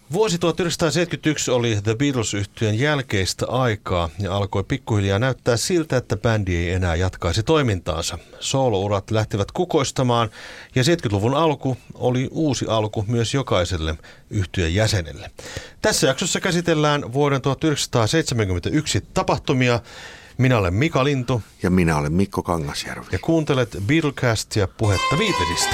Vuosi 1971 oli The Beatles-yhtyeen jälkeistä aikaa ja alkoi pikkuhiljaa näyttää siltä, että bändi ei enää jatkaisi toimintaansa. Soolourat lähtivät kukoistamaan ja 70-luvun alku oli uusi alku myös jokaiselle yhtyeen jäsenelle. Tässä jaksossa käsitellään vuoden 1971 tapahtumia. Minä olen Mika Lintu. Ja minä olen Mikko Kangasjärvi. Ja kuuntelet Beatlecastia, puhetta Beatlesista.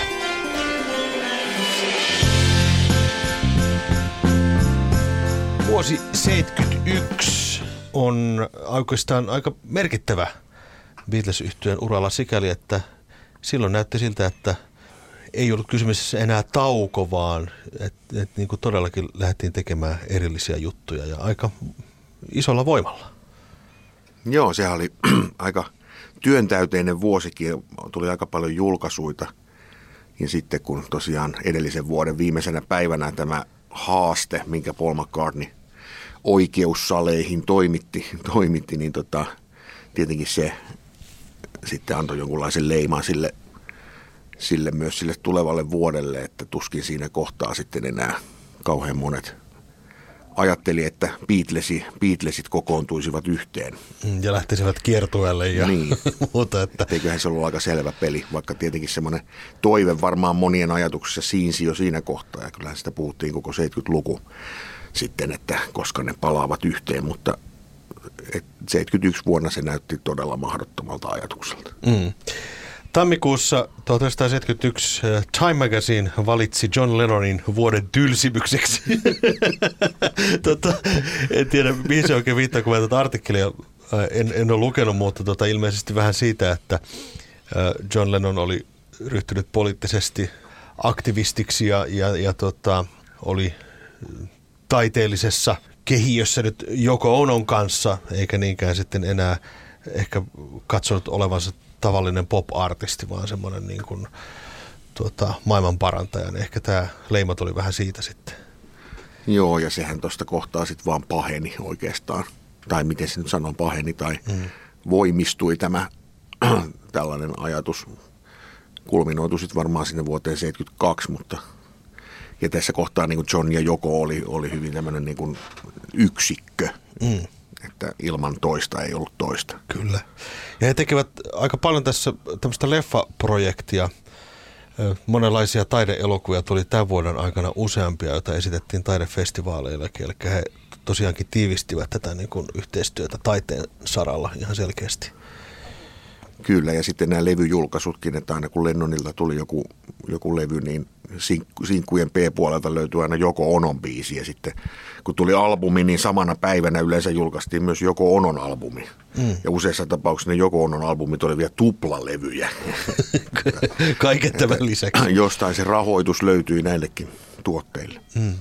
Vuosi 1971 on oikeastaan aika merkittävä Beatles-yhtyeen uralla sikäli, että silloin näytti siltä, että ei ollut kysymyksessä enää tauko, vaan että niin kuin todellakin lähdettiin tekemään erillisiä juttuja ja aika isolla voimalla. Joo, sehän oli aika työntäyteinen vuosikin, tuli aika paljon julkaisuita. Ja sitten kun tosiaan edellisen vuoden viimeisenä päivänä tämä haaste, minkä Paul McCartney oikeussaleihin toimitti niin tietenkin se sitten antoi jonkunlaisen leiman sille tulevalle vuodelle, että tuskin siinä kohtaa sitten enää kauhean monet ajatteli, että Beatlesit kokoontuisivat yhteen. Ja lähtisivät kiertueelle ja niin. Muuta. Että eiköhän se ollut aika selvä peli, vaikka tietenkin semmoinen toive varmaan monien ajatuksissa siinsi jo siinä kohtaa. Ja kyllähän sitä puhuttiin koko 70-luku sitten, että koska ne palaavat yhteen, mutta 71 vuonna se näytti todella mahdottomalta ajatukselta. Tammikuussa 1971 Time Magazine valitsi John Lennonin vuoden tylsimykseksi. En tiedä, mihin se oikein viittaa, kun mä tätä artikkelia en ole lukenut, mutta ilmeisesti vähän siitä, että John Lennon oli ryhtynyt poliittisesti aktivistiksi ja oli taiteellisessa kehiössä nyt Yoko Onon kanssa, eikä niinkään sitten enää ehkä katsonut olevansa tavallinen pop-artisti, vaan semmoinen niin kuin, maailmanparantaja. Ehkä tämä leima tuli vähän siitä sitten. Joo, ja sehän tuosta kohtaa sitten vaan paheni oikeastaan. Tai miten se nyt sanon, paheni tai voimistui tämä tällainen ajatus. Kulminoitui sitten varmaan sinne vuoteen 72, mutta ja tässä kohtaa niin kuin John ja Yoko oli hyvin tämmöinen niin kuin yksikkö. Että ilman toista ei ollut toista. Kyllä. Ja he tekevät aika paljon tässä tämmöistä leffaprojektia. Monenlaisia taideelokuvia tuli tämän vuoden aikana useampia, joita esitettiin taidefestivaaleillakin. Eli he tosiaankin tiivistivät tätä niin kuin yhteistyötä taiteen saralla ihan selkeästi. Kyllä, ja sitten nämä levyjulkaisutkin, että aina kun Lennonilta tuli joku levy, niin sinkkujen P-puolelta löytyi aina Yoko Onon biisi. Ja sitten kun tuli albumi, niin samana päivänä yleensä julkaistiin myös Yoko Onon albumi. Ja useissa tapauksissa ne Yoko Onon albumit oli vielä tuplalevyjä. Kaiken tämän lisäksi. Jostain se rahoitus löytyi näillekin tuotteille.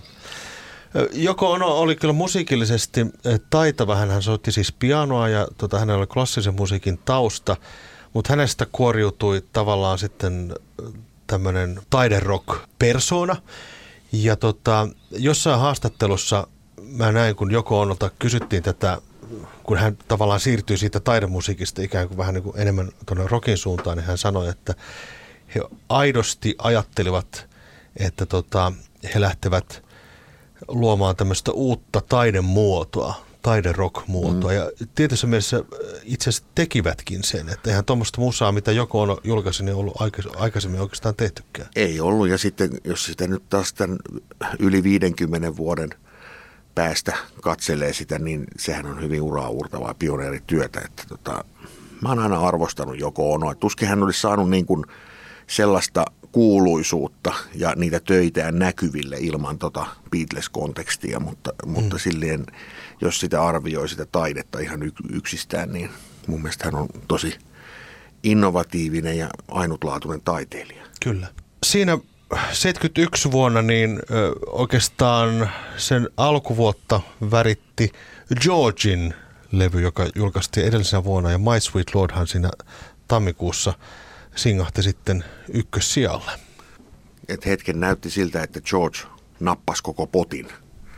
Yoko Ono oli kyllä musiikillisesti taitava. Hän soitti siis pianoa ja hänellä oli klassisen musiikin tausta, mutta hänestä kuoriutui tavallaan sitten tämmöinen taiderock-persona. Ja jossain haastattelussa mä näin, kun Yoko Onolta kysyttiin tätä, kun hän tavallaan siirtyi siitä taidemusiikista ikään kuin vähän niin kuin enemmän tuonne rockin suuntaan, niin hän sanoi, että he aidosti ajattelivat, että he lähtevät luomaan tämmöistä uutta taidemuotoa, taiderock-muotoa. Ja tietyssä mielessä itse asiassa tekivätkin sen, että eihän tuommoista musaa, mitä Yoko Ono julkaisi, niin ollut aikaisemmin oikeastaan tehtykään. Ei ollut, ja sitten jos sitä nyt taas tämän yli 50 vuoden päästä katselee sitä, niin sehän on hyvin uraauurtavaa pioneerityötä. Että mä oon aina arvostanut Yoko Onoa. Tuskin hän olisi saanut niin kuin sellaista kuuluisuutta ja niitä töitään näkyville ilman Beatles-kontekstia, mutta silleen, jos sitä arvioi sitä taidetta ihan yksistään, niin mun mielestä hän on tosi innovatiivinen ja ainutlaatuinen taiteilija. Kyllä. Siinä 71 vuonna niin oikeastaan sen alkuvuotta väritti Georgin levy, joka julkaistiin edellisenä vuonna, ja My Sweet Lordhan siinä tammikuussa singahti sitten ykkössijalle. Et hetken näytti siltä, että George nappasi koko potin.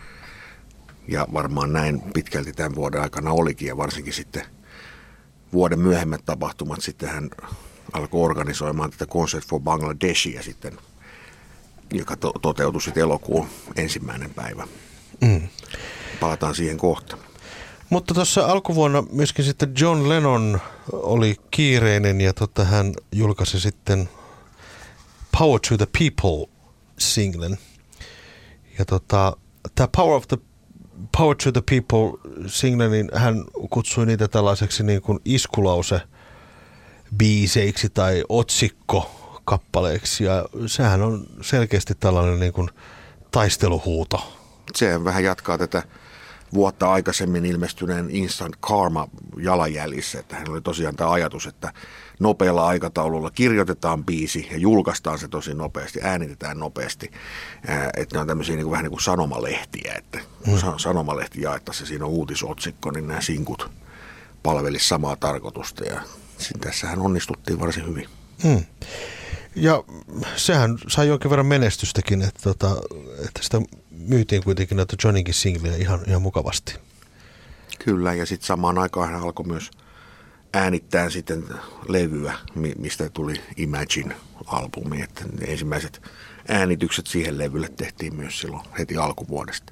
Ja varmaan näin pitkälti tämän vuoden aikana olikin, ja varsinkin sitten vuoden myöhemmät tapahtumat. Sitten hän alkoi organisoimaan tätä Concert for Bangladeshia sitten joka toteutui sitten elokuun 1. päivä. Palataan siihen kohta. Mutta tuossa alkuvuonna myöskin sitten John Lennon oli kiireinen ja hän julkaisi sitten Power to the People-singlen. Ja tämä Power to the People-single, niin hän kutsui niitä tällaiseksi niin kuin iskulause-biiseiksi tai otsikkokappaleiksi. Ja sehän on selkeästi tällainen niin kuin taisteluhuuto. Se vähän jatkaa tätä vuotta aikaisemmin ilmestyneen Instant Karma jalanjäljissä, että hän oli tosiaan tämä ajatus, että nopealla aikataululla kirjoitetaan biisi ja julkaistaan se tosi nopeasti, äänitetään nopeasti, että ne on tämmöisiä niin kuin, vähän niin kuin sanomalehtiä, että kun sanomalehti jaettaisiin ja siinä on uutisotsikko, niin nämä sinkut palvelisivat samaa tarkoitusta ja tässähän onnistuttiin varsin hyvin. Ja sehän sai jonkin verran menestystäkin, että sitä myytiin kuitenkin näitä Johninkin singlejä ihan mukavasti. Kyllä, ja sitten samaan aikaan hän alkoi myös äänittää sitten levyä, mistä tuli Imagine-albumi, että ensimmäiset äänitykset siihen levylle tehtiin myös silloin heti alkuvuodesta.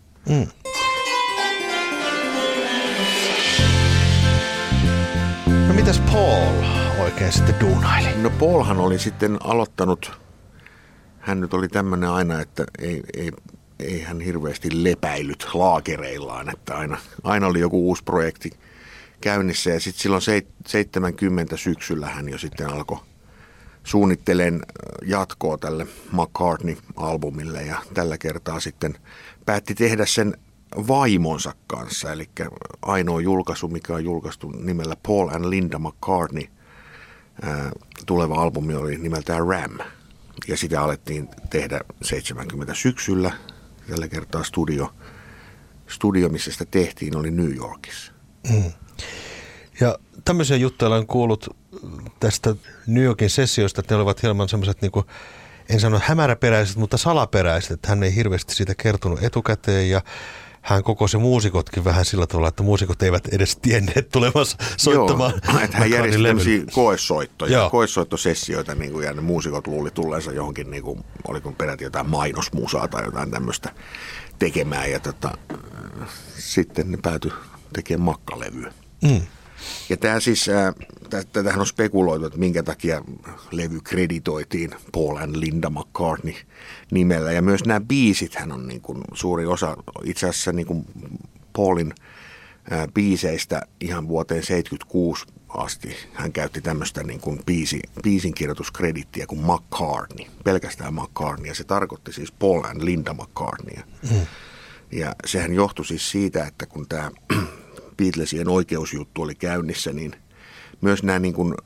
No mitäs Paul oikein sitten duunaili? No Paulhan oli sitten aloittanut, hän nyt oli tämmöinen aina, että ei hän hirveästi lepäillyt laakereillaan, että aina oli joku uusi projekti käynnissä ja sitten silloin 70 syksyllä hän jo sitten alkoi suunnittelemaan jatkoa tälle McCartney-albumille ja tällä kertaa sitten päätti tehdä sen vaimonsa kanssa, eli ainoa julkaisu, mikä on julkaistu nimellä Paul and Linda McCartney, tuleva albumi oli nimeltään Ram, ja sitä alettiin tehdä 70 syksyllä, tällä kertaa studio missä sitä tehtiin, oli New Yorkissa. Ja tämmöisiä juttuja olen kuullut tästä New Yorkin sessioista, että ne olivat hieman semmoiset, niin kuin, en sano hämäräperäiset, mutta salaperäiset, että hän ei hirveästi siitä kertonut etukäteen ja hän kokosi muusikotkin vähän sillä tavalla, että muusikot eivät edes tienneet tulevansa soittamaan. Joo, että hän järjesti tämmöisiä koesoittosessioita, niin kuin, ja ne muusikot luuli tulleensa johonkin, niin kuin, oliko peräti jotain mainosmusaa tai jotain tämmöistä tekemään, ja sitten ne päätyi tekemään makkalevyä. Ja tämä siis, tätähän on spekuloitu, että minkä takia levy kreditoitiin Paul and Linda McCartney nimellä. Ja myös nämä biisithän on niin kuin suuri osa, itse asiassa niin kuin Paulin biiseistä ihan vuoteen 1976 asti. Hän käytti tämmöistä niin kuin biisinkirjoituskredittiä kuin McCartney, pelkästään McCartney. Ja se tarkoitti siis Paul and Linda McCartneya. Ja sehän johtui siis siitä, että kun tämä Beatlesien oikeusjuttu oli käynnissä, niin myös nämä niin kuin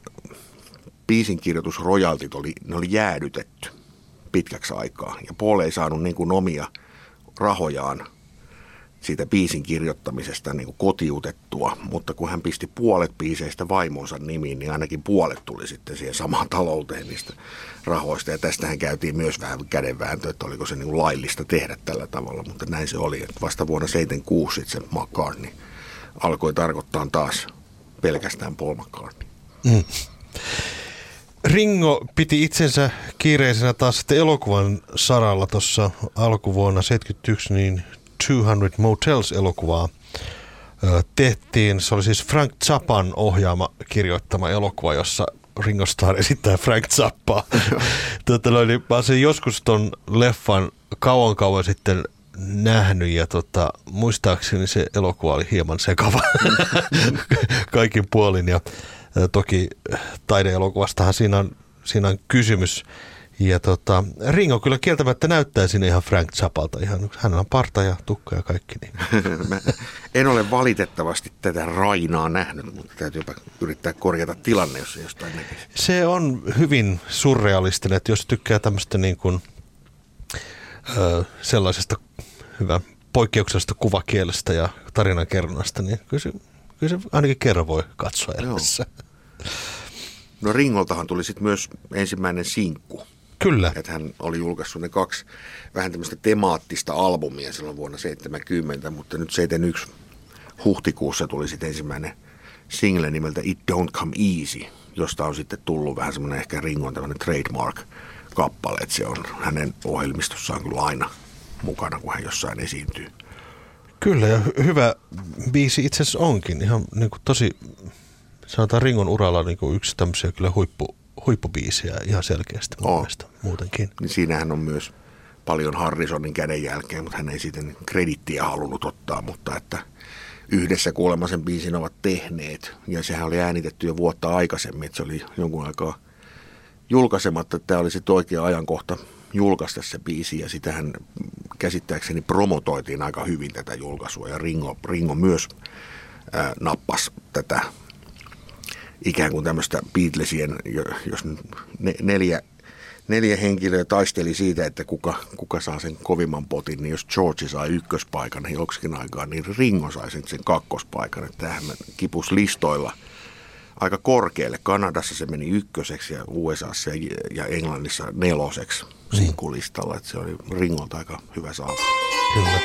biisinkirjoitusrojaltit ne oli jäädytetty pitkäksi aikaa. Ja Paul ei saanut niin kuin omia rahojaan siitä biisin kirjoittamisesta niin kuin kotiutettua, mutta kun hän pisti puolet biiseistä vaimonsa nimiin, niin ainakin puolet tuli sitten siihen samaan talouteen niistä rahoista. Ja tästähän käytiin myös vähän kädenvääntö, että oliko se niin kuin laillista tehdä tällä tavalla, mutta näin se oli. Että vasta vuonna 1976 sitten se McCartney alkoi tarkoittaa taas pelkästään Paul McCartney. Ringo piti itsensä kiireisenä taas sitten elokuvan saralla tuossa alkuvuonna 1971, niin 200 Motels-elokuvaa tehtiin. Se oli siis Frank Zappan ohjaama, kirjoittama elokuva, jossa Ringo Starr esittää Frank Zappaa. Mä olen sen joskus ton leffan kauan sitten nähnyt ja muistaakseni se elokuva oli hieman sekava kaikin puolin ja toki taideelokuvastahan siinä on kysymys ja Ringo kyllä kieltämättä näyttää sinne ihan Frank Zappalta, hänellä on parta ja tukka ja kaikki. Niin. En ole valitettavasti tätä Rainaa nähnyt, mutta täytyypä yrittää korjata tilanne, jos se jostain näkisi. Se on hyvin surrealistinen, että jos tykkää tämmöistä niin kuin sellaisesta hyvän poikkeuksellisesta kuvakielestä ja tarinankerronnasta, niin kyllä se ainakin kerran voi katsoa elämässä. No Ringoltahan tuli sitten myös ensimmäinen sinkku. Kyllä. Että hän oli julkaissut ne 2 vähän tämmöistä temaattista albumia silloin vuonna 1970, mutta nyt 71 huhtikuussa tuli sitten ensimmäinen single nimeltä It Don't Come Easy, josta on sitten tullut vähän semmoinen ehkä Ringon tämmöinen trademark kappaleet. Se on hänen ohjelmistossaan kyllä aina mukana, kun hän jossain esiintyy. Kyllä, ja hyvä biisi itse asiassa onkin. Ihan niin kuin tosi, sanotaan Ringon uralla niin kuin yksi tämmöisiä kyllä huippubiisiä ihan selkeästi mun mielestä muutenkin. Niin siinähän on myös paljon Harrisonin kädenjälkeen, mutta hän ei siitä kredittiä halunnut ottaa, mutta että yhdessä kuulemma sen biisin ovat tehneet. Ja sehän oli äänitetty jo vuotta aikaisemmin, että se oli jonkun aikaa julkaisematta, että tämä oli sitten oikea ajankohta julkaista se biisi, ja sitähän käsittääkseni promotoitiin aika hyvin tätä julkaisua, ja Ringo myös nappasi tätä ikään kuin tämmöistä Beatlesien, jos neljä henkilöä taisteli siitä, että kuka saa sen kovimman potin, niin jos George sai ykköspaikan niin joksikin aikaa, niin Ringo sai sen kakkospaikan, että tämähän kipus listoilla aika korkealle. Kanadassa se meni ykköseksi ja USAssa ja Englannissa neloseksi sinkulistalla. Että se oli Ringolta aika hyvä saavutus. Kyllä.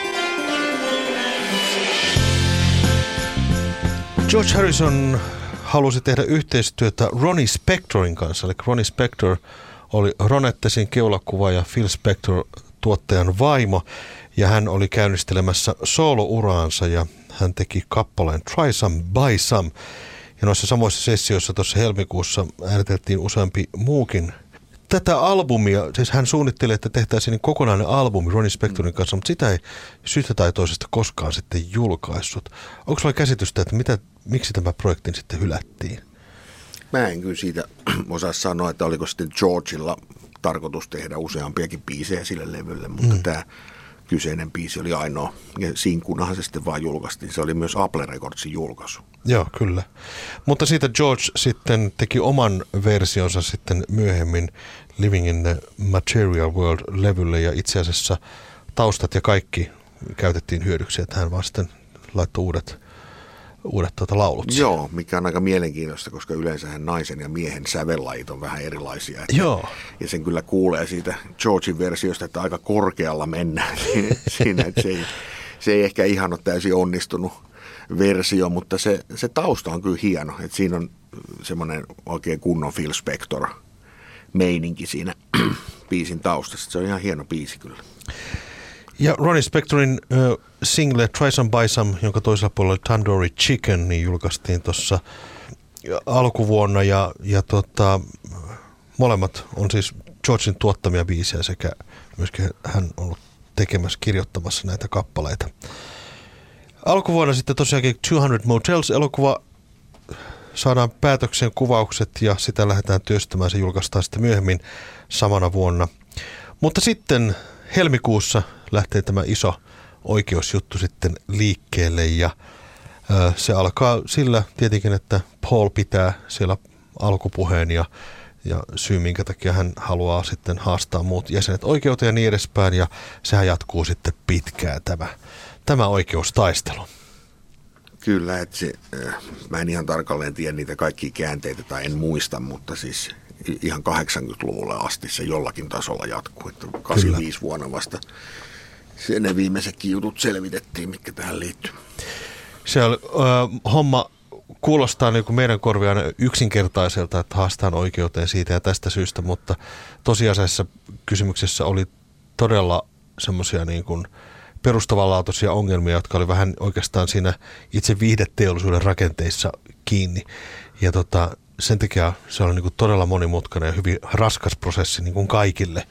George Harrison halusi tehdä yhteistyötä Ronnie Spectorin kanssa. Eli Ronnie Spector oli Ronettesin keulakuva ja Phil Spector tuottajan vaimo. Ja hän oli käynnistelemässä soolouransa ja hän teki kappaleen Try Some, Buy Some. Ja noissa samoissa sessioissa tuossa helmikuussa ääniteltiin useampi muukin. Tätä albumia, siis hän suunnitteli, että tehtäisiin kokonainen albumi Ronnie Spectorin kanssa, mutta sitä ei syystä tai toisesta koskaan sitten julkaissut. Onko sulla käsitystä, että miksi tämä projekti sitten hylättiin? Mä en kyllä siitä osaa sanoa, että oliko sitten Georgella tarkoitus tehdä useampiakin biisejä sille levylle, mutta tämä kyseinen biisi oli ainoa, ja sinkunahan se sitten vaan julkaistiin. Se oli myös Apple Recordsin julkaisu. Joo, kyllä. Mutta siitä George sitten teki oman versionsa sitten myöhemmin Living in the Material World-levylle, ja itse asiassa taustat ja kaikki käytettiin hyödyksi, että hän vaan sitten laittoi uudet laulut. Joo, mikä on aika mielenkiintoista, koska yleensähän naisen ja miehen sävellajit on vähän erilaisia. Joo. Ja sen kyllä kuulee siitä Georgin versiosta, että aika korkealla mennään siinä, että se ei ehkä ihan ole täysin onnistunut versio, mutta se tausta on kyllä hieno, että siinä on semmoinen oikein kunnon Phil Spector meininki siinä biisin taustassa. Se on ihan hieno biisi kyllä. Ja Ronnie Spectorin single Try Some Buy Some, jonka toisella puolella Tandoori Chicken, niin julkaistiin tuossa alkuvuonna ja molemmat on siis Georgen tuottamia biisejä sekä myöskin hän on ollut tekemässä, kirjoittamassa näitä kappaleita. Alkuvuonna sitten tosiaankin 200 Motels-elokuva saadaan päätökseen kuvaukset ja sitä lähdetään työstämään. Se julkaistaan sitten myöhemmin samana vuonna. Mutta sitten helmikuussa lähtee tämä iso oikeusjuttu sitten liikkeelle ja se alkaa sillä tietenkin, että Paul pitää siellä alkupuheen ja syy, minkä takia hän haluaa sitten haastaa muut jäsenet oikeuteen ja niin edespäin, ja sehän jatkuu sitten pitkään tämä oikeustaistelu. Kyllä, että mä en ihan tarkalleen tiedä niitä kaikkia käänteitä tai en muista, mutta siis ihan 80-luvulle asti se jollakin tasolla jatkuu, että 85 vuonna vasta ne viimeisetkin jutut selvitettiin, mitkä tähän liittyy. Se homma kuulostaa niin kuin meidän korviaan yksinkertaiselta, että haastaan oikeuteen siitä ja tästä syystä, mutta tosiasiassa kysymyksessä oli todella semmoisia niin kuin perustavanlaatuisia ongelmia, jotka oli vähän oikeastaan siinä itse viihdeteollisuuden rakenteissa kiinni. Ja sen takia se oli niin kuin todella monimutkainen ja hyvin raskas prosessi niin kuin kaikille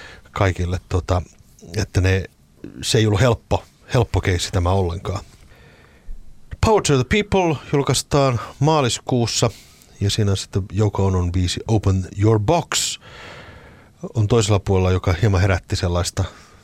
että se ei ollut helppo keissi tämä ollenkaan. Power to the People julkaistaan maaliskuussa ja siinä sitten Yoko Onon biisi Open Your Box on toisella puolella, joka hieman herätti sellaista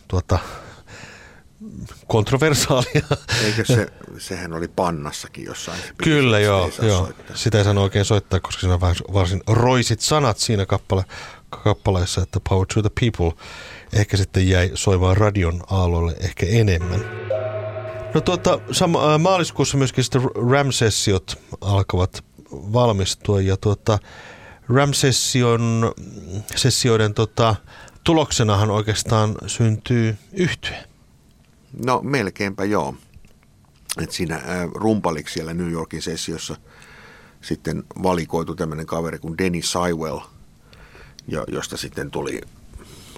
kontroversaalia. Eikö sehän oli pannassakin jossain? Kyllä joo. Sitä ei sano oikein soittaa, koska siinä on varsin roisit sanat siinä kappaleessa, että Power to the People ehkä sitten jäi soimaan radion aalloille ehkä enemmän. No maaliskuussa myöskin sitten Ram-sessiot alkavat valmistua ja Ram-sessioiden tuloksenahan oikeastaan syntyy yhtye. No melkeinpä joo. Et siinä rumpaliksi siellä New Yorkin sessiossa sitten valikoitu tämmöinen kaveri kuin Denny Seiwell, josta sitten tuli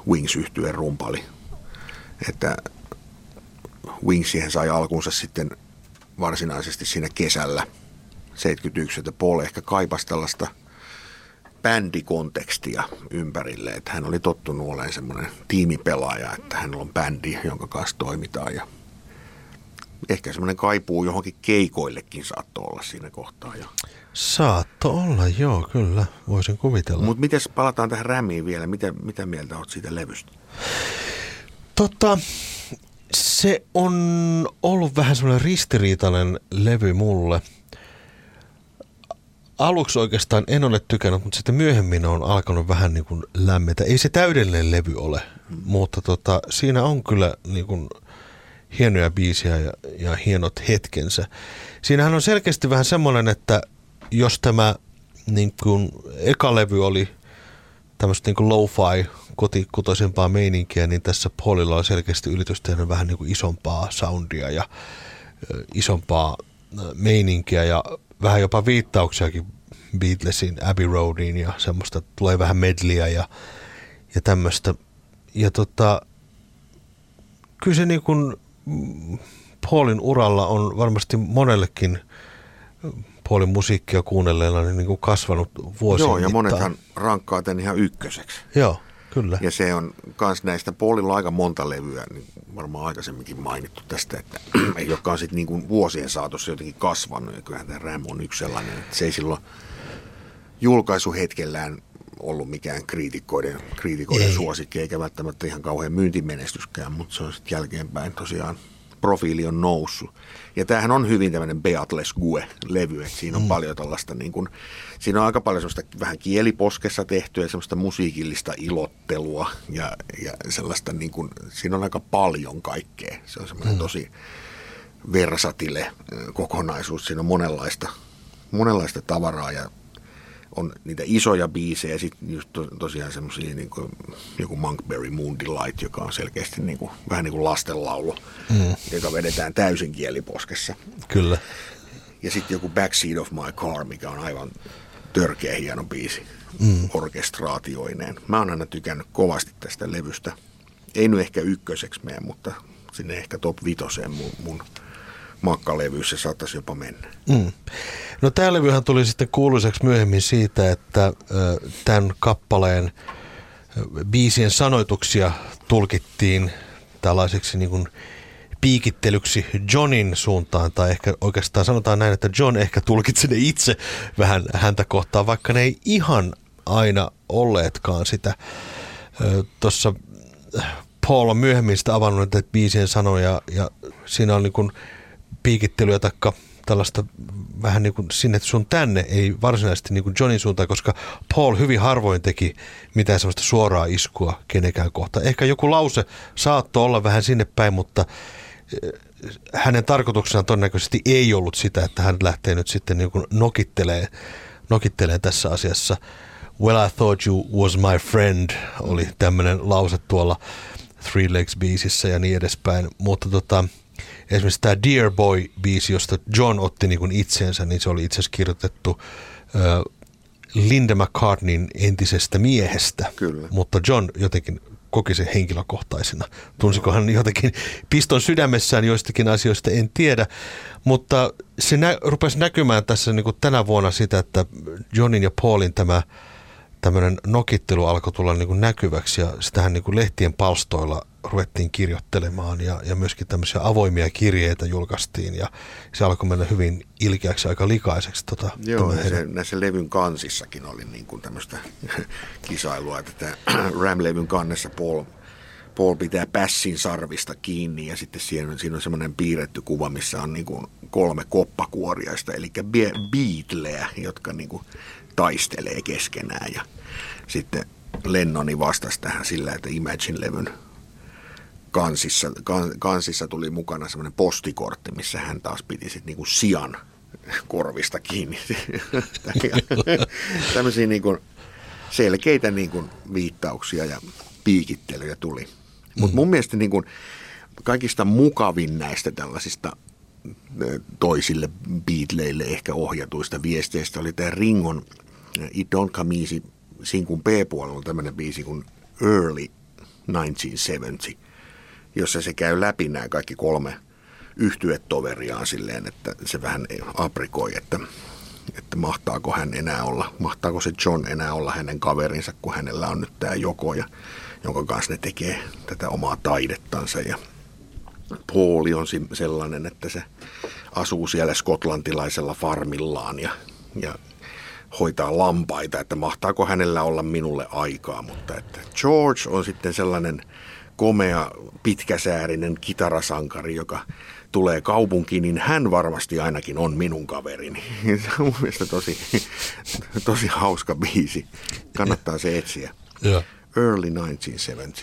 Wings-yhtyeen rumpali. Että Wingsihän sai alkunsa sitten varsinaisesti siinä kesällä 71, että Paul ehkä kaipasi tällaista bändikontekstia ympärille, että hän oli tottunut olemaan semmoinen tiimipelaaja, että hänellä on bändi, jonka kanssa toimitaan ja ehkä semmoinen kaipuu johonkin keikoillekin saattoi olla siinä kohtaa. Saatto olla, joo, kyllä, voisin kuvitella. Mutta miten palataan tähän Ramiin vielä, mitä mieltä olet siitä levystä? Se on ollut vähän semmoinen ristiriitainen levy mulle. Aluksi oikeastaan en ole tykännyt, mutta sitten myöhemmin on alkanut vähän niin kuin lämmetä. Ei se täydellinen levy ole, mutta siinä on kyllä niin kuin hienoja biisejä ja hienot hetkensä. Siinähän on selkeästi vähän semmoinen, että jos tämä niin kuin eka levy oli tämmöistä niin kuin lo-fi, kotikutoisempaa meininkiä, niin tässä Paulilla on selkeästi yritys tehdä vähän niin kuin isompaa soundia ja isompaa meininkiä ja vähän jopa viittauksiakin Beatlesin Abbey Roadiin ja semmoista, tulee vähän medliä ja tämmöistä. Ja kyllä se niin kuin Paulin uralla on varmasti monellekin Paulin musiikkia kuunnelleella niin kuin kasvanut vuosien mittaan. Ja monethan rankkaa tämän ihan ykköseksi. Joo, kyllä. Ja se on myös näistä, Paulilla aika monta levyä, niin varmaan aikaisemminkin mainittu tästä, että joka on sitten niin kuin vuosien saatossa jotenkin kasvanut. Ja kyllähän tämä Ram on yksi sellainen, että se ei silloin julkaisuhetkellään ollut mikään kriitikoiden suosikki, eikä välttämättä ihan kauhean myyntimenestyskään, mutta se on sitten jälkeenpäin tosiaan profiili on noussut. Ja tämähän on hyvin tämmöinen Beatles Gue-levy, että siinä on paljon tällaista niin kuin, siinä on aika paljon semmoista vähän kieliposkessa tehtyä, semmoista musiikillista ilottelua ja sellaista niin kuin, siinä on aika paljon kaikkea. Se on semmoinen tosi versatile kokonaisuus, siinä on monenlaista tavaraa ja on niitä isoja biisejä ja sitten just tosiaan semmoisia niin kuin joku Monkberry Moon Delight, joka on selkeästi niin kuin, vähän niin kuin lastenlaulu, joka vedetään täysin kieliposkessa. Kyllä. Ja sitten joku Backseat of My Car, mikä on aivan törkeä hieno biisi orkestraatioineen. Mä oon aina tykännyt kovasti tästä levystä. Ei nyt ehkä ykköseksi mene, mutta sinne ehkä top 5 mun makkalevyissä saattaisi jopa mennä. No tämä levyhän tuli sitten kuuluiseksi myöhemmin siitä, että tämän kappaleen biisien sanoituksia tulkittiin tällaiseksi niin kuin piikittelyksi Johnin suuntaan, tai ehkä oikeastaan sanotaan näin, että John ehkä tulkitsi ne itse vähän häntä kohtaan, vaikka ne ei ihan aina olleetkaan sitä. Tuossa Paul on myöhemmin sitä avannut näitä biisien sanoja, ja siinä on niin kuin piikittelyä taikka tällaista vähän niin kuin sinne sun tänne, ei varsinaisesti niin kuin Johnin suuntaan, koska Paul hyvin harvoin teki mitään sellaista suoraa iskua kenenkään kohtaan. Ehkä joku lause saattoi olla vähän sinne päin, mutta hänen tarkoituksenaan todennäköisesti ei ollut sitä, että hän lähtee nyt sitten niin kuin nokittelee tässä asiassa. Well, I thought you was my friend, oli tämmöinen lause tuolla Three Legs-biisissä ja niin edespäin, mutta esimerkiksi tämä Dear Boy-biisi, josta John otti niin kuin itseensä, niin se oli itse asiassa kirjoitettu Linda McCartneyn entisestä miehestä. Kyllä. Mutta John jotenkin koki sen henkilökohtaisena. Tunsiko hän jotenkin piston sydämessään joistakin asioista, en tiedä. Mutta se rupesi näkymään tässä niin kuin tänä vuonna sitä, että Johnin ja Paulin tämmöinen nokittelu alkoi tulla niin kuin näkyväksi ja sitähän niin kuin lehtien palstoilla ruvettiin kirjoittelemaan ja myöskin tämmöisiä avoimia kirjeitä julkaistiin ja se alkoi mennä hyvin ilkeäksi, aika likaiseksi. Joo, näissä levyn kansissakin oli niin kuin tämmöistä kisailua, että tämä Ram-levyn kannessa Paul pitää pässin sarvista kiinni ja sitten siinä on semmoinen piirretty kuva, missä on niin kuin 3 koppakuoriaista, eli Beatleä, jotka niin kuin taistelee keskenään ja sitten Lennoni vastasi tähän sillä, että Imagine-levyn kansissa tuli mukana semmoinen postikortti, missä hän taas piti sitten niinku sian korvista kiinni. Tämmöisiä niinku selkeitä niinku viittauksia ja piikittelyjä tuli. Mutta mun mielestä niinku kaikista mukavin näistä tällaisista toisille Beatleille ehkä ohjatuista viesteistä oli tämä Ringon It Don't Come Easy sinkun B-puolella tämmöinen biisi kuin Early, 1970, jossa se käy läpi nämä kaikki 3 yhtyetoveriaan silleen, että se vähän aprikoi, että mahtaako se John enää olla hänen kaverinsa, kun hänellä on nyt tämä Joko, jonka kanssa ne tekee tätä omaa taidettansa. Ja Pauli on sellainen, että se asuu siellä skotlantilaisella farmillaan ja hoitaa lampaita, että mahtaako hänellä olla minulle aikaa, mutta että George on sitten sellainen komea, pitkäsäärinen kitarasankari, joka tulee kaupunkiin, niin hän varmasti ainakin on minun kaverini. Se on mun mielestä tosi hauska biisi. Kannattaa se etsiä. Yeah. Early 1970.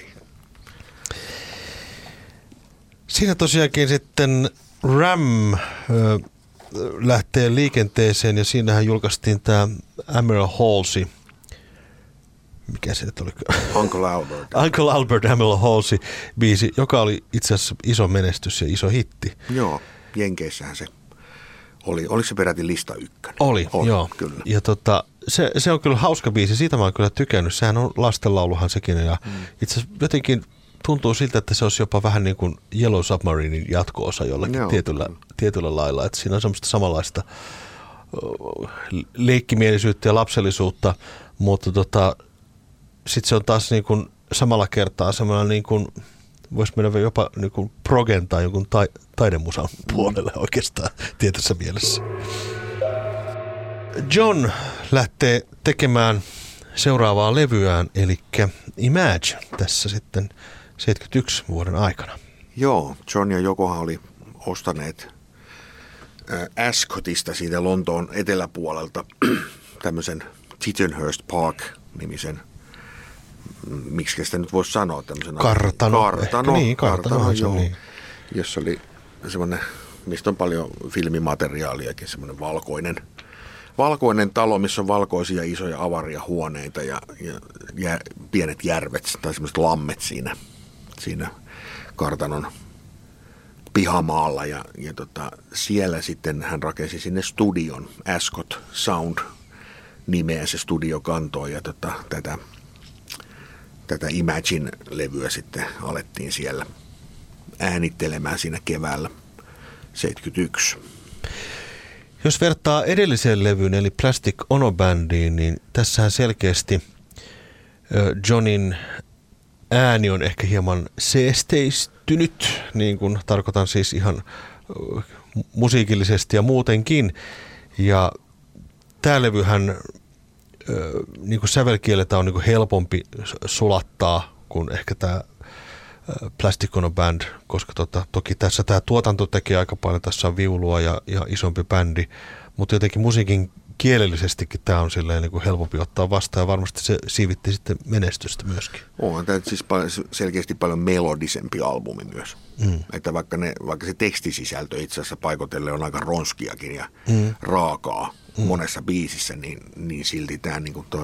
Siinä tosiaankin sitten Ram lähtee liikenteeseen ja siinähän julkaistiin tämä Emerald Halsey. Mikä se nyt oli? Uncle Albert Emerald Halsey biisi, joka oli itse asiassa iso menestys ja iso hitti. Joo, Jenkeissähän se oli. Oliko se peräti lista 1? Oli, joo. Kyllä. Ja se on kyllä hauska biisi, siitä mä oon kyllä tykännyt. Sehän on lastenlauluhan sekin ja itse asiassa jotenkin tuntuu siltä, että se olisi jopa vähän niin kuin Yellow Submarinein jatko-osa jollakin tietyllä lailla. Että siinä on semmoista samanlaista leikkimielisyyttä ja lapsellisuutta, mutta sitten se on taas niin kuin samalla kertaa semmoinen niin kuin, voisi mennä jopa niin kuin progen tai jonkun taidemusan puolelle oikeastaan tietyssä mielessä. John lähtee tekemään seuraavaa levyään, eli Imagine, tässä sitten 71 vuoden aikana. Joo, John ja Jokohan oli ostaneet Ascotista siitä Lontoon eteläpuolelta tämmöisen Tittenhurst Park-nimisen, miksi sitä nyt voisi sanoa, tämmöisen kartano, joo, niin. Jossa oli semmoinen, mistä on paljon filmimateriaaliakin, semmoinen valkoinen talo, missä on valkoisia isoja avaria huoneita ja pienet järvet tai semmoiset lammet siinä kartanon pihamaalla ja siellä sitten hän rakensi sinne studion, Ascot Sound nimeä se studio kantoi ja tätä Imagine-levyä sitten alettiin siellä äänittelemään siinä keväällä 71. Jos vertaa edelliseen levyyn, eli Plastic Ono Bandiin, niin tässähän selkeästi Johnin ääni on ehkä hieman seesteistynyt, niin kuin tarkoitan siis ihan musiikillisesti ja muutenkin. Ja tämä levyhän niin kuin sävelkieleltä on niin kuin helpompi sulattaa kuin ehkä tämä Plastic Ono Band, koska toki tässä tämä tuotanto tekee aika paljon, tässä on viulua ja isompi bändi, mutta jotenkin musiikin kielellisestikin tämä on silleen niin kuin helpompi ottaa vastaan ja varmasti se siivitti sitten menestystä myöskin. On tämä siis selkeästi paljon melodisempi albumi myös. Että vaikka se tekstisisältö itse asiassa paikotellen on aika ronskiakin ja raakaa monessa biisissä, niin silti tämä niin kuin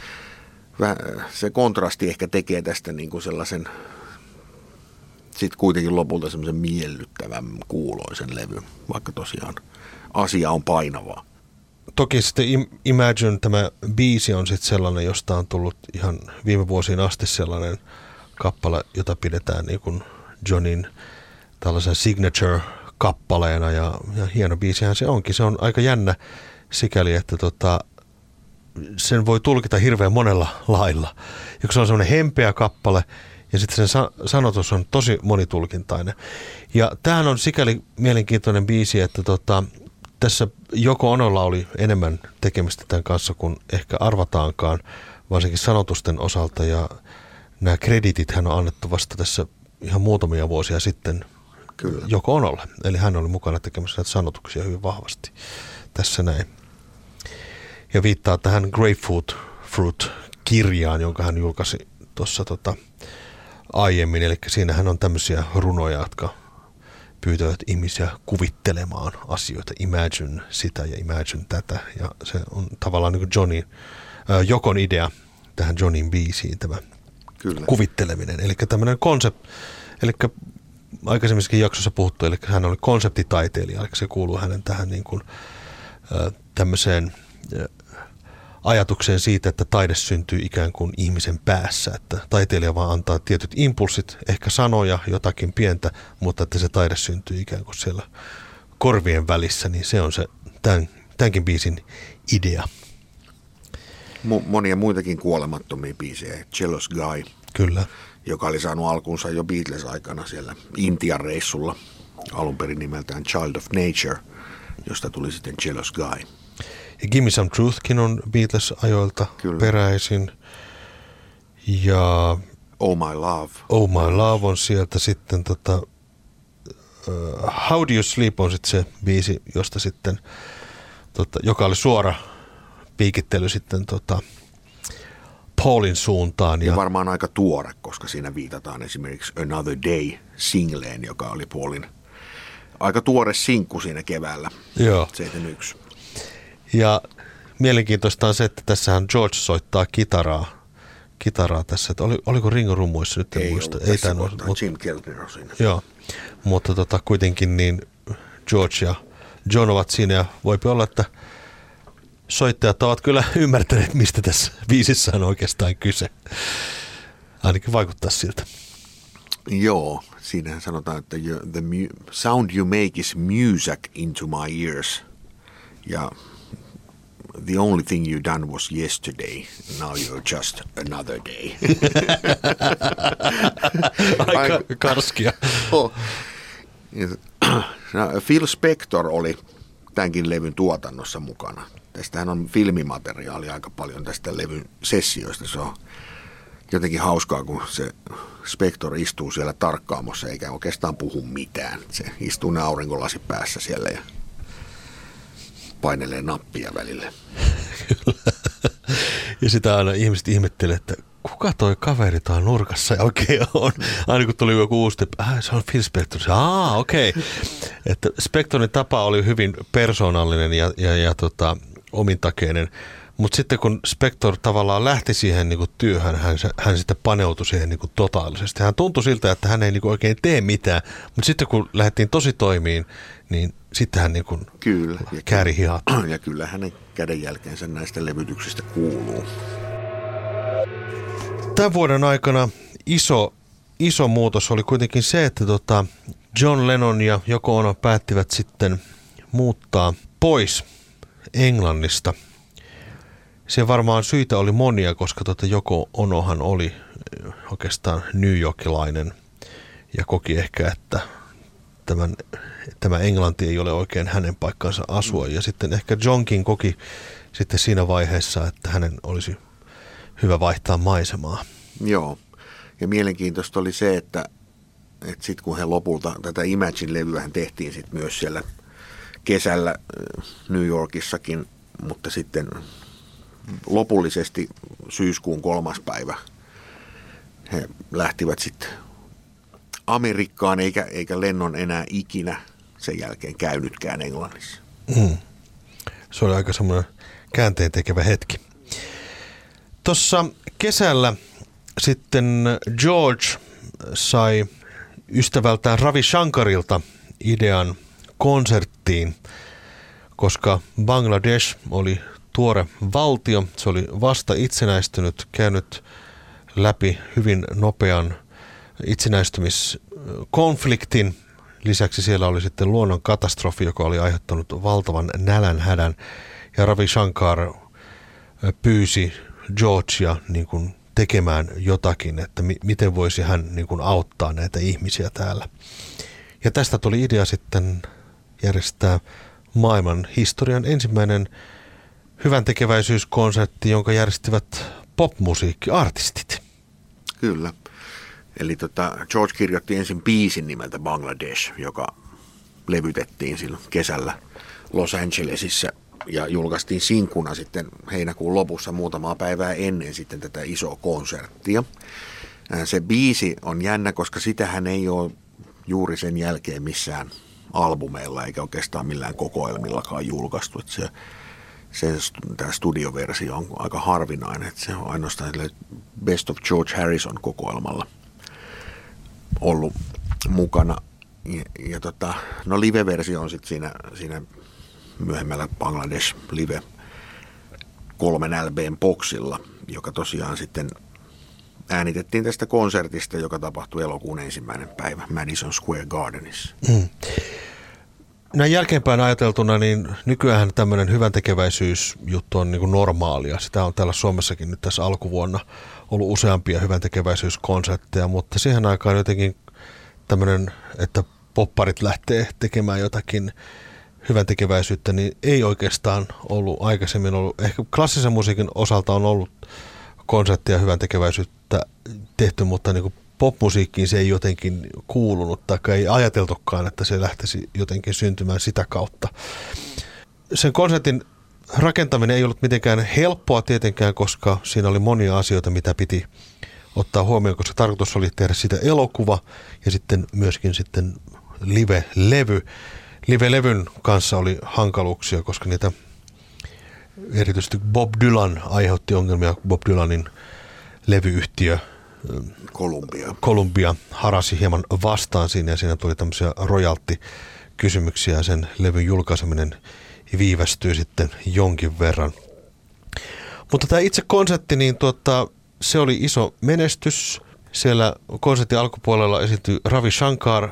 se kontrasti ehkä tekee tästä niin kuin sellaisen sitten kuitenkin lopulta semmoisen miellyttävän kuuloisen levy, vaikka tosiaan asia on painavaa. Toki sitten Imagine, tämä biisi on sitten sellainen, josta on tullut ihan viime vuosiin asti sellainen kappale, jota pidetään niin kuin Johnin tällaisen signature-kappaleena ja hieno biisihän se onkin. Se on aika jännä sikäli, että sen voi tulkita hirveän monella lailla. Ja se on semmoinen hempeä kappale, ja sitten sen sanotus on tosi monitulkintainen. Ja tämähän on sikäli mielenkiintoinen biisi, että tässä Joko Onolla oli enemmän tekemistä tämän kanssa kuin ehkä arvataankaan, varsinkin sanotusten osalta. Ja nämä kreditit hän on annettu vasta tässä ihan muutamia vuosia sitten Joko Onolle. Eli hän oli mukana tekemässä näitä sanotuksia hyvin vahvasti tässä näin. Ja viittaa tähän Grapefruit Fruit-kirjaan, jonka hän julkaisi tuossa aiemmin. Eli siinähän on tämmöisiä runoja, jotka pyytävät ihmisiä kuvittelemaan asioita. Imagine sitä ja imagine tätä. Ja se on tavallaan niin kuin Jokon idea tähän Johnin biisiin, tämä kuvitteleminen. Eli tämmöinen konsepti, eli aikaisemmissakin jaksossa puhuttu, eli hän oli konseptitaiteilija, eli se kuuluu hänen tähän niin kuin tämmöiseen ajatukseen siitä, että taide syntyy ikään kuin ihmisen päässä, että taiteilija vaan antaa tietyt impulssit, ehkä sanoja, jotakin pientä, mutta että se taide syntyy ikään kuin siellä korvien välissä, niin se on se tämänkin biisin idea. Monia muitakin kuolemattomia biisejä. Jealous Guy, kyllä, joka oli saanut alkunsa jo Beatles-aikana siellä Intian reissulla, alun perin nimeltään Child of Nature, josta tuli sitten Jealous Guy. Ja Gimme Some Truthkin on Beatles-ajoilta peräisin. Ja Oh My Love. Oh My Love on sieltä sitten How Do You Sleep on sitten se biisi, josta sitten, joka oli suora piikittely sitten Paulin suuntaan. Ja varmaan aika tuore, koska siinä viitataan esimerkiksi Another Day -singleen, joka oli Paulin aika tuore sinkku siinä keväällä. Joo. 71. Ja mielenkiintoista on se, että tässähän George soittaa kitaraa tässä. Että oliko Ringo rummuissa nyt? Ei muista. Ei tässä kohtaa, Jim Keltner on siinä. Joo, mutta kuitenkin niin George ja John ovat siinä ja voipi olla, että soittajat ovat kyllä ymmärtäneet, mistä tässä biisissä on oikeastaan kyse. Ainakin vaikuttaa siltä. Joo, siinähän sanotaan, että the sound you make is music into my ears. Ja the only thing you done was yesterday. Now you're just another day. Aika karskia. Phil Spector oli tämänkin levyn tuotannossa mukana. Tästähän on filmimateriaalia aika paljon tästä levyn sessioista. Se on jotenkin hauskaa, kun se Spector istuu siellä tarkkaamossa eikä oikeastaan puhu mitään. Se istuu ne aurinkolasit päässä siellä ja painelee nappia välillä. Ja sitä aina ihmiset ihmettelee, että kuka toi kaveri tuolla nurkassa oikein on. Aina kun tuli joku uusi, se on Phil Spector. Okei. Että Spectorin tapa oli hyvin persoonallinen ja omintakeinen. Mutta sitten kun Spector tavallaan lähti siihen niin kuin työhön, hän sitten paneutui siihen niin kuin totaalisesti. Hän tuntui siltä, että hän ei niin kuin oikein tee mitään. Mutta sitten kun lähdettiin tosi toimiin, niin sitten hän niin kuin kääri hihat. Ja kyllä hänen kädenjälkeensä näistä levytyksistä kuuluu. Tämän vuoden aikana iso muutos oli kuitenkin se, että John Lennon ja Yoko Ono päättivät sitten muuttaa pois Englannista. Se varmaan syitä oli monia, koska Yoko Onohan oli oikeastaan New Yorkilainen ja koki ehkä, että tämä Englanti ei ole oikein hänen paikkansa asua. Ja sitten ehkä Johnkin koki sitten siinä vaiheessa, että hänen olisi hyvä vaihtaa maisemaa. Joo, ja mielenkiintoista oli se, että sitten kun he lopulta tätä Imagine-levyä tehtiin sitten myös siellä kesällä New Yorkissakin, mutta sitten lopullisesti syyskuun 3. päivä he lähtivät sitten Amerikkaan, eikä Lennon enää ikinä sen jälkeen käynytkään Englannissa. Se oli aika semmoinen käänteen tekevä hetki. Tuossa kesällä sitten George sai ystävältään Ravi Shankarilta idean konserttiin, koska Bangladesh oli tuore valtio. Se oli vasta itsenäistynyt, käynyt läpi hyvin nopean itsenäistymiskonfliktin. Lisäksi siellä oli sitten luonnon katastrofi, joka oli aiheuttanut valtavan nälänhädän. Ja Ravi Shankar pyysi Georgea niin kuin tekemään jotakin, että miten voisi hän niin kuin auttaa näitä ihmisiä täällä. Ja tästä tuli idea sitten järjestää maailman historian ensimmäinen hyväntekeväisyyskonsertti, jonka järjestivät popmusiikkiartistit. Kyllä. Eli George kirjoitti ensin biisin nimeltä Bangladesh, joka levytettiin silloin kesällä Los Angelesissa ja julkaistiin sinkkuna sitten heinäkuun lopussa muutamaa päivää ennen sitten tätä isoa konserttia. Se biisi on jännä, koska sitähän ei ole juuri sen jälkeen missään albumeilla eikä oikeastaan millään kokoelmillakaan julkaistu. Tämä studioversio on aika harvinainen, että se on ainoastaan Best of George Harrison -kokoelmalla ollut mukana. Ja live-versio on sitten siinä myöhemmällä Bangladesh Live 3 LB:n boksilla, joka tosiaan sitten äänitettiin tästä konsertista, joka tapahtui elokuun 1. päivä Madison Square Gardenissa. Näin jälkeenpäin ajateltuna, niin nykyään tämmöinen hyväntekeväisyysjuttu on niin kuin normaalia. Sitä on täällä Suomessakin nyt tässä alkuvuonna ollut useampia hyväntekeväisyyskonsertteja, mutta siihen aikaan jotenkin tämmöinen, että popparit lähtee tekemään jotakin hyväntekeväisyyttä, niin ei oikeastaan ollut aikaisemmin ollut. Ehkä klassisen musiikin osalta on ollut konsertteja hyväntekeväisyyttä tehty, mutta niin kuin popmusiikkiin se ei jotenkin kuulunut tai ei ajateltukaan, että se lähtisi jotenkin syntymään sitä kautta. Sen konsertin rakentaminen ei ollut mitenkään helppoa tietenkään, koska siinä oli monia asioita, mitä piti ottaa huomioon, koska tarkoitus oli tehdä sitä elokuva ja sitten myöskin sitten live-levy. Live-levyn kanssa oli hankaluuksia, koska niitä erityisesti Bob Dylan aiheutti ongelmia. Bob Dylanin levyyhtiö Columbia harasi hieman vastaan siinä ja siinä tuli tämmöisiä royalty-kysymyksiä ja sen levyn julkaiseminen viivästyi sitten jonkin verran. Mutta tämä itse konsertti, niin se oli iso menestys. Siellä konsertin alkupuolella esiintyi Ravi Shankar,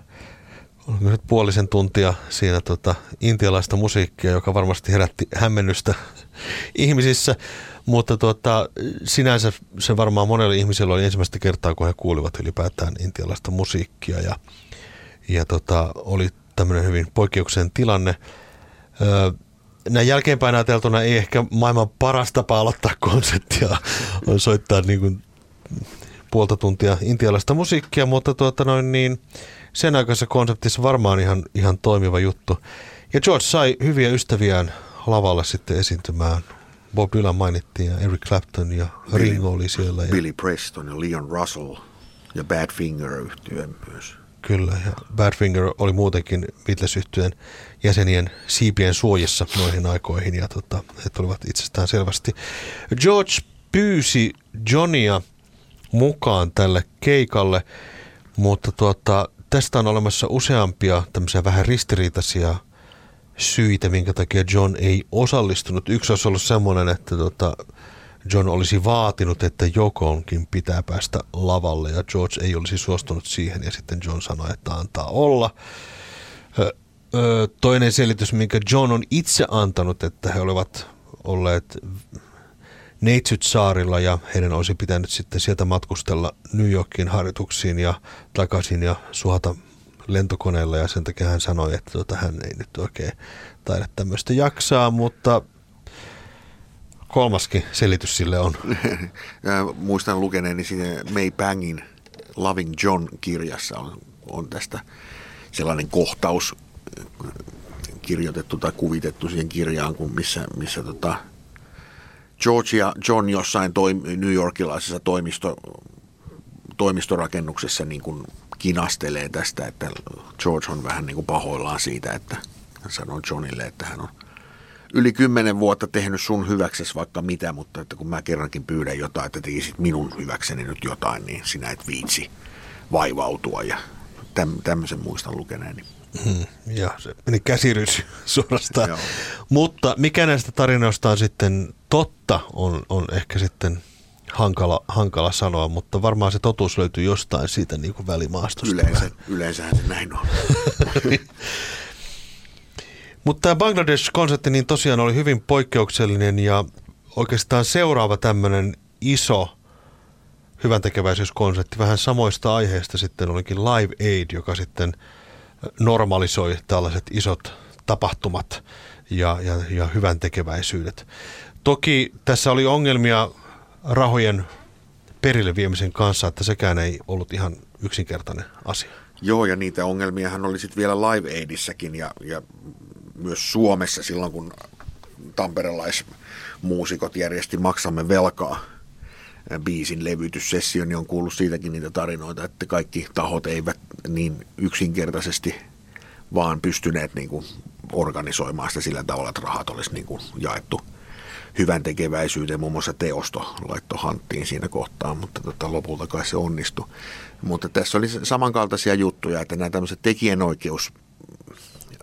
nyt puolisen tuntia siinä intialaista musiikkia, joka varmasti herätti hämmennystä ihmisissä, mutta sinänsä se varmaan monelle ihmiselle oli ensimmäistä kertaa, kun he kuulivat ylipäätään intialaista musiikkia ja oli tämmöinen hyvin poikkeuksellinen tilanne. Näin jälkeenpäin ajateltuna ei ehkä maailman paras tapa aloittaa konserttia on soittaa niin kuin puolta tuntia intialaista musiikkia, mutta sen aikaisessa konseptissa varmaan ihan toimiva juttu. Ja George sai hyviä ystäviään lavalle sitten esiintymään. Bob Dylan mainittiin ja Eric Clapton ja Ringo oli siellä. Ja Billy Preston ja Leon Russell ja Badfinger-yhtyeen myös. Kyllä, ja Badfinger oli muutenkin Beatles-yhtyeen jäsenien siipien suojissa noihin aikoihin ja he tulivat itsestään selvästi. George pyysi Johnia mukaan tälle keikalle, mutta tästä on olemassa useampia tämmöisiä vähän ristiriitaisia syitä, minkä takia John ei osallistunut. Yksi olisi ollut semmoinen, että John olisi vaatinut, että Yokonkin pitää päästä lavalle ja George ei olisi suostunut siihen ja sitten John sanoi, että antaa olla. Toinen selitys, minkä John on itse antanut, että he olivat olleet Neitsyt-saarilla ja heidän olisi pitänyt sitten sieltä matkustella New Yorkin harjoituksiin ja takaisin ja suhata lentokoneella ja sen takia hän sanoi, että hän ei nyt oikein taida tämmöistä jaksaa, mutta kolmaskin selitys sille on. Muistan lukeneeni siinä May Pangin Loving John-kirjassa on tästä sellainen kohtaus kirjoitettu tai kuvitettu siihen kirjaan, missä George ja John jossain New Yorkilaisessa toimistorakennuksessa niin kuin kinastelee tästä, että George on vähän niin kuin pahoillaan siitä, että hän sanoo Johnille, että hän on yli 10 vuotta tehnyt sun hyväksesi vaikka mitä, mutta että kun mä kerrankin pyydän jotain, että tekisit minun hyväkseni nyt jotain, niin sinä et viitsi vaivautua ja tämmöisen muistan lukeneeni. Ja se meni käsirys suorastaan. Mutta mikä näistä tarinoista on sitten totta, on ehkä sitten hankala sanoa, mutta varmaan se totuus löytyy jostain siitä niin kuin välimaastosta. Yleensähän se näin on. Mutta tämä Bangladesh-konsertti niin tosiaan oli hyvin poikkeuksellinen ja oikeastaan seuraava tämmöinen iso hyväntekeväisyyskonsertti vähän samoista aiheista sitten olikin Live Aid, joka sitten normalisoi tällaiset isot tapahtumat ja hyväntekeväisyydet. Toki tässä oli ongelmia rahojen perille viemisen kanssa, että sekään ei ollut ihan yksinkertainen asia. Joo, ja niitä ongelmiahan oli sitten vielä Live Aidissäkin ja myös Suomessa silloin, kun tamperelaismuusikot järjesti Maksamme velkaa biisin levytyssessio, niin on kuullut siitäkin niitä tarinoita, että kaikki tahot eivät niin yksinkertaisesti vaan pystyneet niin kuin organisoimaan sitä sillä tavalla, että rahat olisi niin kuin jaettu hyvän tekeväisyyteen. Muun muassa Teosto laittoi hanttiin siinä kohtaa, mutta lopulta kai se onnistui. Mutta tässä oli samankaltaisia juttuja, että nämä tämmöiset tekijänoikeusrahat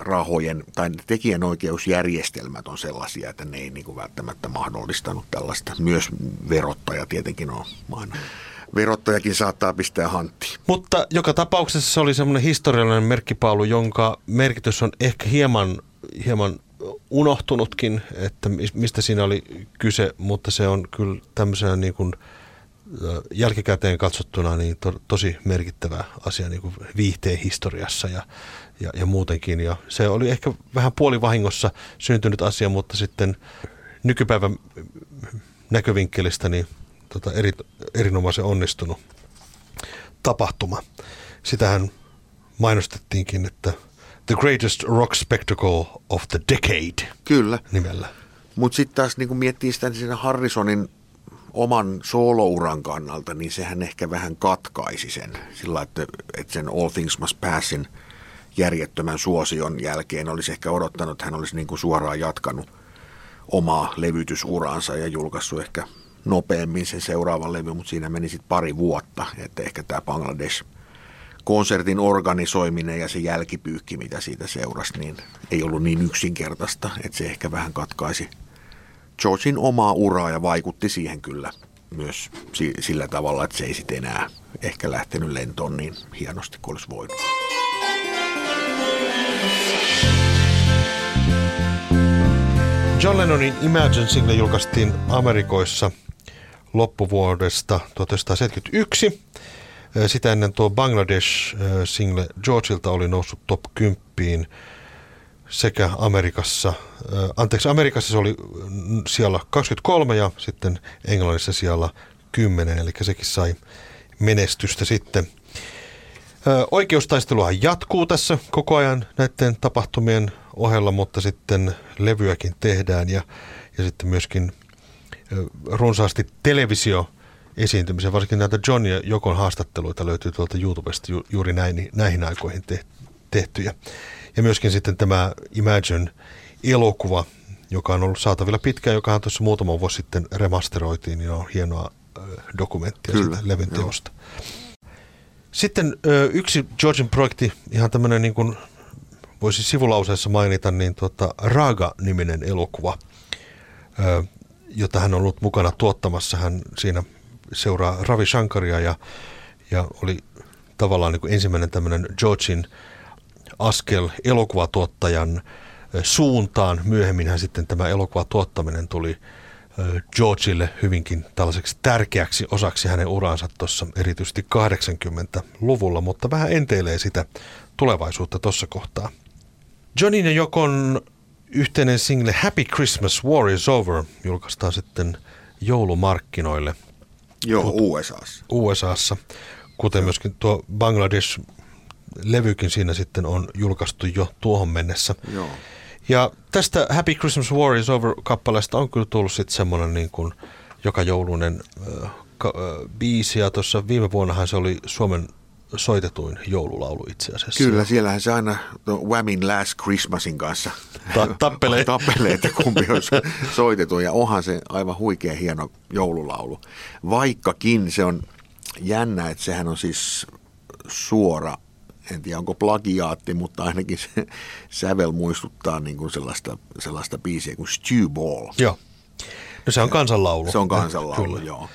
rahojen tai tekijänoikeusjärjestelmät on sellaisia, että ne ei niin kuin välttämättä mahdollistanut tällaista. Myös verottaja tietenkin on aina. Verottajakin saattaa pistää hanttiin. Mutta joka tapauksessa se oli semmoinen historiallinen merkkipaalu, jonka merkitys on ehkä hieman unohtunutkin, että mistä siinä oli kyse, mutta se on kyllä tämmöisenä niin kuin jälkikäteen katsottuna niin tosi merkittävä asia niin kuin viihteen historiassa ja muutenkin. Ja se oli ehkä vähän puolivahingossa syntynyt asia, mutta sitten nykypäivän näkövinkkelistä niin erinomaisen onnistunut tapahtuma. Sitähän mainostettiinkin, että The Greatest Rock Spectacle of the Decade. Kyllä. Nimellä. Mutta sitten taas niin kun miettii sitä siinä Harrisonin oman soolouran kannalta, niin sehän ehkä vähän katkaisi sen. Sillä että sen All Things Must Passin järjettömän suosion jälkeen olisi ehkä odottanut, että hän olisi niin kuin suoraan jatkanut omaa levytysuraansa ja julkaissut ehkä nopeammin sen seuraavan levy, mutta siinä meni sitten pari vuotta, että ehkä tämä Bangladesh-konsertin organisoiminen ja se jälkipyykki, mitä siitä seurasi, niin ei ollut niin yksinkertaista, että se ehkä vähän katkaisi Georgein omaa uraa ja vaikutti siihen kyllä myös sillä tavalla, että se ei sitten enää ehkä lähtenyt lentoon niin hienosti kuin olisi voinut. John Lennonin Imagine-single julkaistiin Amerikoissa loppuvuodesta 1971. Sitä ennen tuo Bangladesh-single Georgeilta oli noussut top 10 sekä Amerikassa se oli sijalla 23 ja sitten Englannissa sijalla 10, eli sekin sai menestystä sitten. Oikeustaisteluhan jatkuu tässä koko ajan näiden tapahtumien ohella, mutta sitten levyäkin tehdään ja sitten myöskin runsaasti televisioesiintymisiä, varsinkin näitä John ja Jokon haastatteluita löytyy tuolta YouTubesta juuri näihin aikoihin tehtyjä. Ja myöskin sitten tämä Imagine-elokuva, joka on ollut saatavilla pitkään, joka tuossa muutama vuosi sitten remasteroitiin, niin on hienoa dokumenttia siitä levyn teosta. Sitten yksi Georgen projekti, ihan tämmöinen niin kuin voisi sivulauseessa mainita, niin Raga-niminen elokuva, jota hän on ollut mukana tuottamassa. Hän siinä seuraa Ravi Shankaria ja oli tavallaan niin kuin ensimmäinen tämmöinen Georgen askel elokuvatuottajan suuntaan. Myöhemminhän sitten tämä elokuvatuottaminen tuli Georgille hyvinkin tällaiseksi tärkeäksi osaksi hänen uransa tuossa erityisesti 80-luvulla, mutta vähän enteilee sitä tulevaisuutta tuossa kohtaa. Johnin ja Jokon yhteinen single Happy Christmas, War is Over julkaistaan sitten joulumarkkinoille. Joo, USAssa. Kuten myöskin tuo Bangladesh-levykin siinä sitten on julkaistu jo tuohon mennessä. Joo. Ja tästä Happy Christmas, War is Over-kappaleesta on kyllä tullut sitten semmoinen niin kuin joka joulunen biisi. Ja tuossa viime vuonnahan se oli Suomen soitetuin joululaulu itse asiassa. Kyllä, siellähän se aina Whamin Last Christmasin kanssa tappelee, että kumpi on soitettu. Ja onhan se aivan huikea hieno joululaulu. Vaikkakin se on jännä, että sehän on siis suora, en tiedä onko plagiaatti, mutta ainakin se sävel muistuttaa niin kuin sellaista biisiä kuin Stew Ball. Joo, no se on kansanlaulu. Se on kansanlaulu, joo.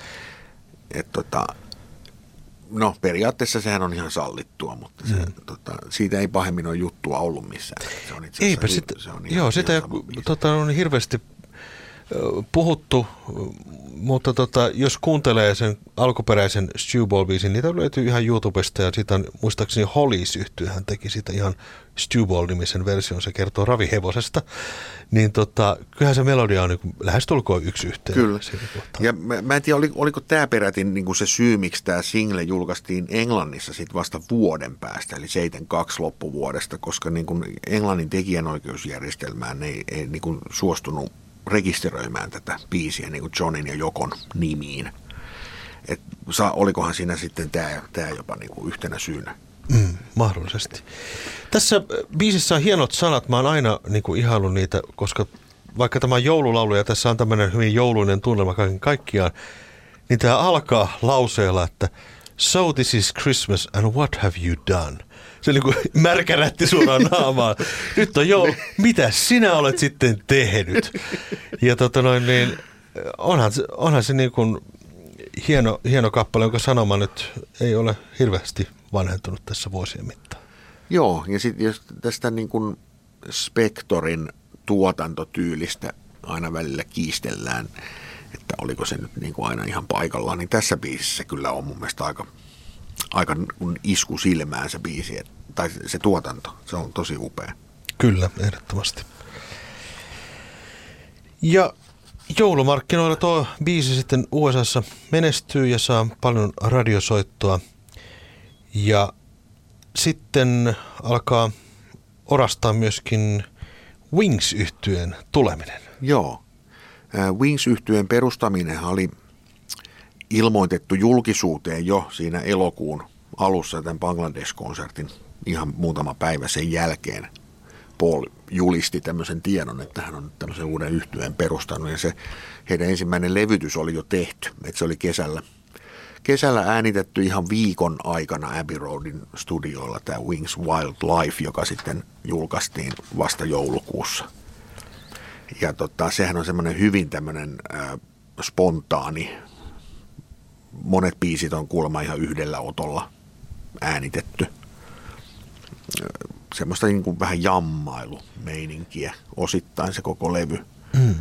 No periaatteessa sehän on ihan sallittua, mutta siitä ei pahemmin ole juttua ollut missään. Se on itse eipä sitä, sitä on hirveästi puhuttu, mutta jos kuuntelee sen alkuperäisen Stew Ball-biisin, niitä löytyy ihan YouTubesta ja siitä on muistaakseni Hollies-yhtye, hän teki siitä ihan Stew Ball-nimisen version, se kertoo ravihevosesta, niin kyllähän se melodia on niin lähestulkoon yksi yhteen. Kyllä, ja mä en tiedä, oliko tämä peräti niin kuin se syy, miksi tämä single julkaistiin Englannissa sit vasta vuoden päästä, eli 72 loppuvuodesta, koska niin kuin Englannin tekijänoikeusjärjestelmään ei niin kuin suostunut rekisteröimään tätä biisiä niin kuin Johnin ja Jokon nimiin. Olikohan siinä sitten tämä jopa niin kuin yhtenä syynä? Mahdollisesti. Tässä biisissä on hienot sanat. Mä oon aina niin kuin ihaillut niitä, koska vaikka tämä on joululaulu ja tässä on tämmöinen hyvin jouluinen tunnelma kaiken kaikkiaan, niin tämä alkaa lauseella, että So this is Christmas and what have you done? Se niin kuin märkärätti suoraan naamaan. Nyt on joulu. Mitä sinä olet sitten tehnyt? Ja niin, onhan se niin kuin hieno kappale, jonka sanoma nyt ei ole hirveästi vanhentunut tässä vuosien mittaan. Joo, ja sitten jos tästä niin kuin Spectorin tuotantotyylistä aina välillä kiistellään, että oliko se nyt niin kuin aina ihan paikallaan, niin tässä biisissä kyllä on mun mielestä aika isku silmään se biisi, tai se tuotanto. Se on tosi upea. Kyllä, ehdottomasti. Ja joulumarkkinoilla tuo biisi sitten USAssa menestyy ja saa paljon radiosoittoa. Ja sitten alkaa orastaa myöskin Wings-yhtyeen tuleminen. Joo. Wings-yhtyeen perustaminen oli ilmoitettu julkisuuteen jo siinä elokuun alussa tämän Bangladesh-konsertin ihan muutama päivä sen jälkeen. Paul julisti tämmöisen tiedon, että hän on tämmöisen uuden yhtyeen perustanut ja se heidän ensimmäinen levytys oli jo tehty, että se oli kesällä äänitetty ihan viikon aikana Abbey Roadin studioilla tämä Wings Wildlife, joka sitten julkaistiin vasta joulukuussa. Ja sehän on semmoinen hyvin tämmöinen spontaani. Monet biisit on kuulemma ihan yhdellä otolla äänitetty. Semmoista niin kuin vähän jammailumeininkiä osittain se koko levy. Mm.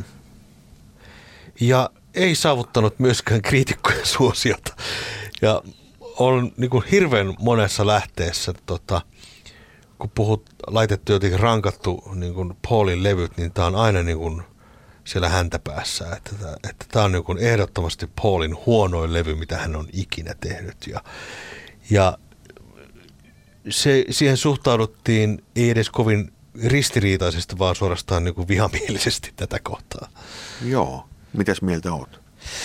Ja ei saavuttanut myöskään kriitikkojen suosiota. Ja on niin kuin hirveän monessa lähteessä, kun laitettu jotenkin rankattu niin kuin Paulin levyt, niin tämä on aina niin kuin siellä häntäpäässä. Että tämä on niin kuin ehdottomasti Paulin huonoin levy, mitä hän on ikinä tehnyt. Ja siihen suhtauduttiin ei edes kovin ristiriitaisesti, vaan suorastaan niin kuin vihamielisesti tätä kohtaa. Joo. Mitäs mieltä oot?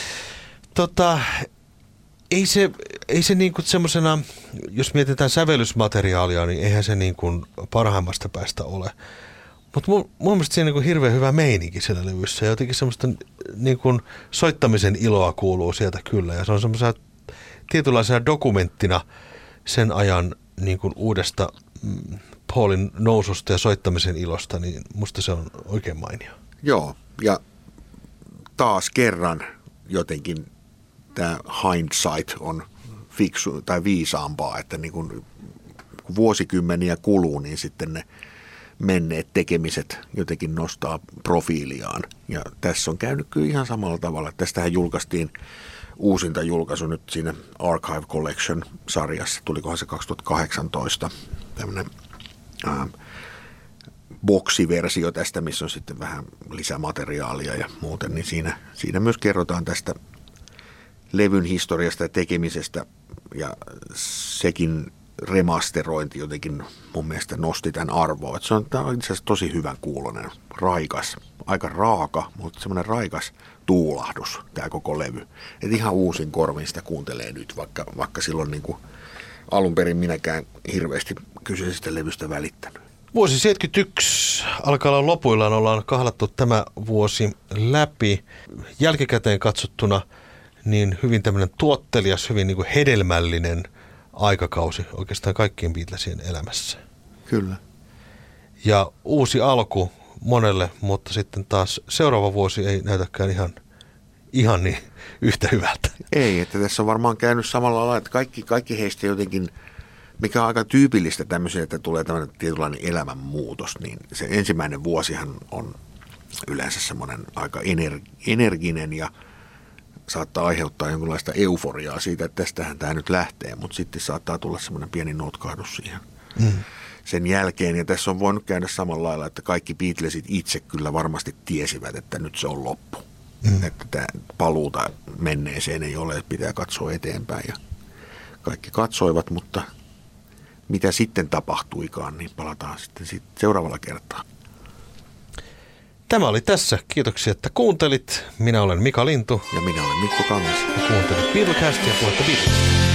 Ei se niin kuin semmoisena, jos mietitään sävellysmateriaalia, niin eihän se niin kuin parhaimmasta päästä ole. Mutta mun mielestä siinä on niin kuin hirveän hyvä meininki siellä levyssä. Ja jotenkin semmoista niin kuin soittamisen iloa kuuluu sieltä kyllä. Ja se on semmoisena tietynlaisena dokumenttina sen ajan niin kuin uudesta Paulin noususta ja soittamisen ilosta, niin musta se on oikein mainio. Joo, ja taas kerran jotenkin tämä hindsight on fiksu tai viisaampaa, että niin kun vuosikymmeniä kuluu, niin sitten ne menneet tekemiset jotenkin nostaa profiiliaan. Ja tässä on käynyt kyllä ihan samalla tavalla. Tästähän julkaistiin uusinta julkaisu nyt siinä Archive Collection-sarjassa, tulikohan se 2018, tämmöinen boksiversio tästä, missä on sitten vähän lisämateriaalia ja muuten, niin siinä myös kerrotaan tästä levyn historiasta ja tekemisestä, ja sekin remasterointi jotenkin mun mielestä nosti tämän arvoa. Tämä on itse asiassa tosi hyvän kuulonen, raikas, aika raaka, mutta semmoinen raikas tuulahdus tämä koko levy. Et ihan uusin korvin sitä kuuntelee nyt, vaikka silloin niin kuin alun perin minäkään hirveästi kyseisestä levystä välittänyt. Vuosi 71 alkaa olla lopuillaan, ollaan kahlattu tämä vuosi läpi. Jälkikäteen katsottuna niin hyvin tämmöinen tuottelias, hyvin niin kuin hedelmällinen aikakausi oikeastaan kaikkien Beatlesien elämässä. Kyllä. Ja uusi alku monelle, mutta sitten taas seuraava vuosi ei näytäkään ihan niin yhtä hyvältä. Ei, että tässä on varmaan käynyt samalla lailla, että kaikki heistä jotenkin, mikä on aika tyypillistä tämmöisiä, että tulee tämmöinen tietynlainen elämänmuutos, niin se ensimmäinen vuosihan on yleensä semmoinen aika energinen ja saattaa aiheuttaa jonkinlaista euforiaa siitä, että tästähän tämä nyt lähtee, mutta sitten saattaa tulla semmoinen pieni notkahdus siihen sen jälkeen. Ja tässä on voinut käydä samalla lailla, että kaikki Beatlesit itse kyllä varmasti tiesivät, että nyt se on loppu. Että tämä paluuta menneeseen ei ole, että pitää katsoa eteenpäin. Ja kaikki katsoivat, mutta mitä sitten tapahtuikaan, niin palataan sitten seuraavalla kertaa. Tämä oli tässä. Kiitoksia, että kuuntelit. Minä olen Mika Lintu. Ja minä olen Mikko Kangas. Ja kuuntelit Beatlecastia ja Puhetta Beatlesista.